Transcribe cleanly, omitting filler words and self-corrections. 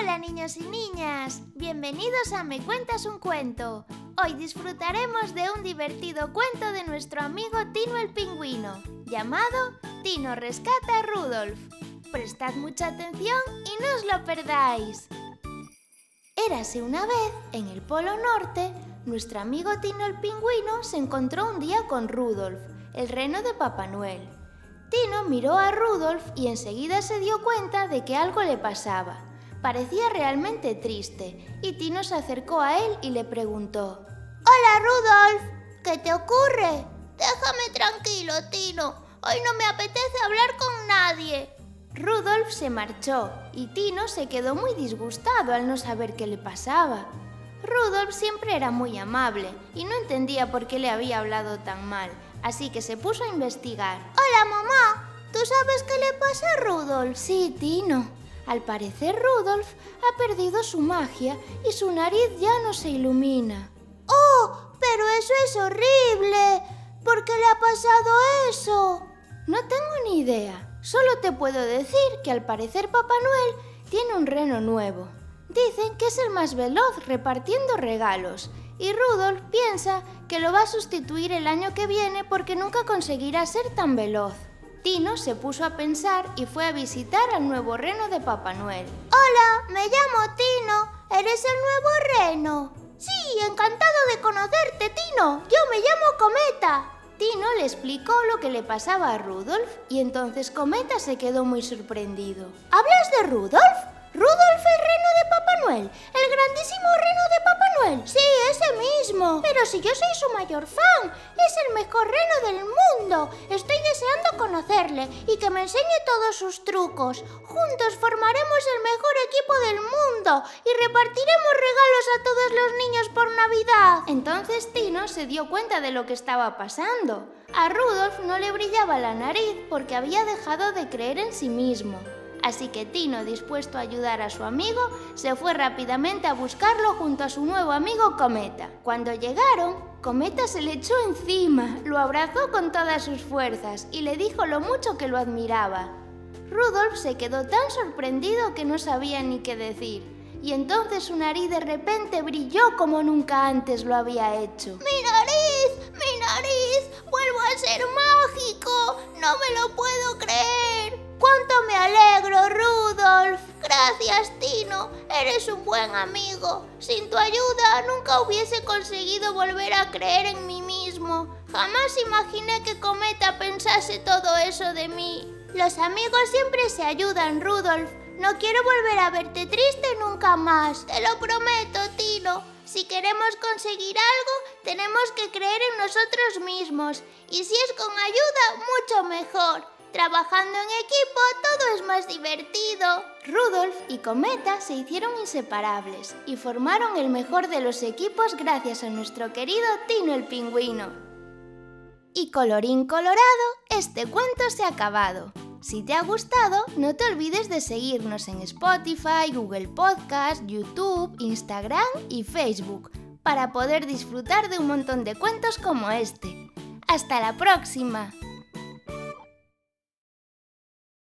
Hola niños y niñas, bienvenidos a Me Cuentas un Cuento. Hoy disfrutaremos de un divertido cuento de nuestro amigo Tino el Pingüino, llamado Tino rescata a Rudolf. Prestad mucha atención y no os lo perdáis. Érase una vez, en el Polo Norte, nuestro amigo Tino el Pingüino se encontró un día con Rudolf, el reno de Papá Noel. Tino miró a Rudolf y enseguida se dio cuenta de que algo le pasaba. Parecía realmente triste y Tino se acercó a él y le preguntó: «Hola, Rudolf, ¿qué te ocurre?» «Déjame tranquilo, Tino. Hoy no me apetece hablar con nadie». Rudolf se marchó y Tino se quedó muy disgustado al no saber qué le pasaba. Rudolf siempre era muy amable y no entendía por qué le había hablado tan mal, así que se puso a investigar. «Hola, mamá, ¿tú sabes qué le pasa a Rudolf?» «Sí, Tino. Al parecer Rudolf ha perdido su magia y su nariz ya no se ilumina». «¡Oh, pero eso es horrible! ¿Por qué le ha pasado eso?» «No tengo ni idea. Solo te puedo decir que al parecer Papá Noel tiene un reno nuevo. Dicen que es el más veloz repartiendo regalos y Rudolf piensa que lo va a sustituir el año que viene porque nunca conseguirá ser tan veloz». Tino se puso a pensar y fue a visitar al nuevo reno de Papá Noel. «Hola, me llamo Tino. ¿Eres el nuevo reno?» «Sí, encantado de conocerte, Tino. Yo me llamo Cometa». Tino le explicó lo que le pasaba a Rudolf y entonces Cometa se quedó muy sorprendido. «¿Hablas de Rudolf? ¿Rudolf el reno de Papá Noel? ¿El grandísimo reno de Papá Noel?» «Sí, ese mismo. Pero si yo soy su mayor fan. Es el mejor reno del mundo. Estoy deseando conocerle y que me enseñe todos sus trucos. Juntos formaremos el mejor equipo del mundo y repartiremos regalos a todos los niños por Navidad». Entonces Tino se dio cuenta de lo que estaba pasando. A Rudolf no le brillaba la nariz porque había dejado de creer en sí mismo. Así que Tino, dispuesto a ayudar a su amigo, se fue rápidamente a buscarlo junto a su nuevo amigo Cometa. Cuando llegaron, Cometa se le echó encima, lo abrazó con todas sus fuerzas y le dijo lo mucho que lo admiraba. Rudolf se quedó tan sorprendido que no sabía ni qué decir, y entonces su nariz de repente brilló como nunca antes lo había hecho. ¡Mi nariz! ¡Mi nariz! ¡Vuelvo a ser mágico! ¡No me lo puedo creer! ¡Cuánto me alegro, Rudolf! Gracias, Tino. Eres un buen amigo. Sin tu ayuda nunca hubiese conseguido volver a creer en mí mismo. Jamás imaginé que Cometa pensase todo eso de mí. Los amigos siempre se ayudan, Rudolf. No quiero volver a verte triste nunca más. Te lo prometo, Tino. Si queremos conseguir algo, tenemos que creer en nosotros mismos. Y si es con ayuda, mucho mejor. Trabajando en equipo todo es más divertido». Rudolf y Cometa se hicieron inseparables y formaron el mejor de los equipos gracias a nuestro querido Tino el Pingüino. Y colorín colorado, este cuento se ha acabado. Si te ha gustado, no te olvides de seguirnos en Spotify, Google Podcast, YouTube, Instagram y Facebook para poder disfrutar de un montón de cuentos como este. ¡Hasta la próxima!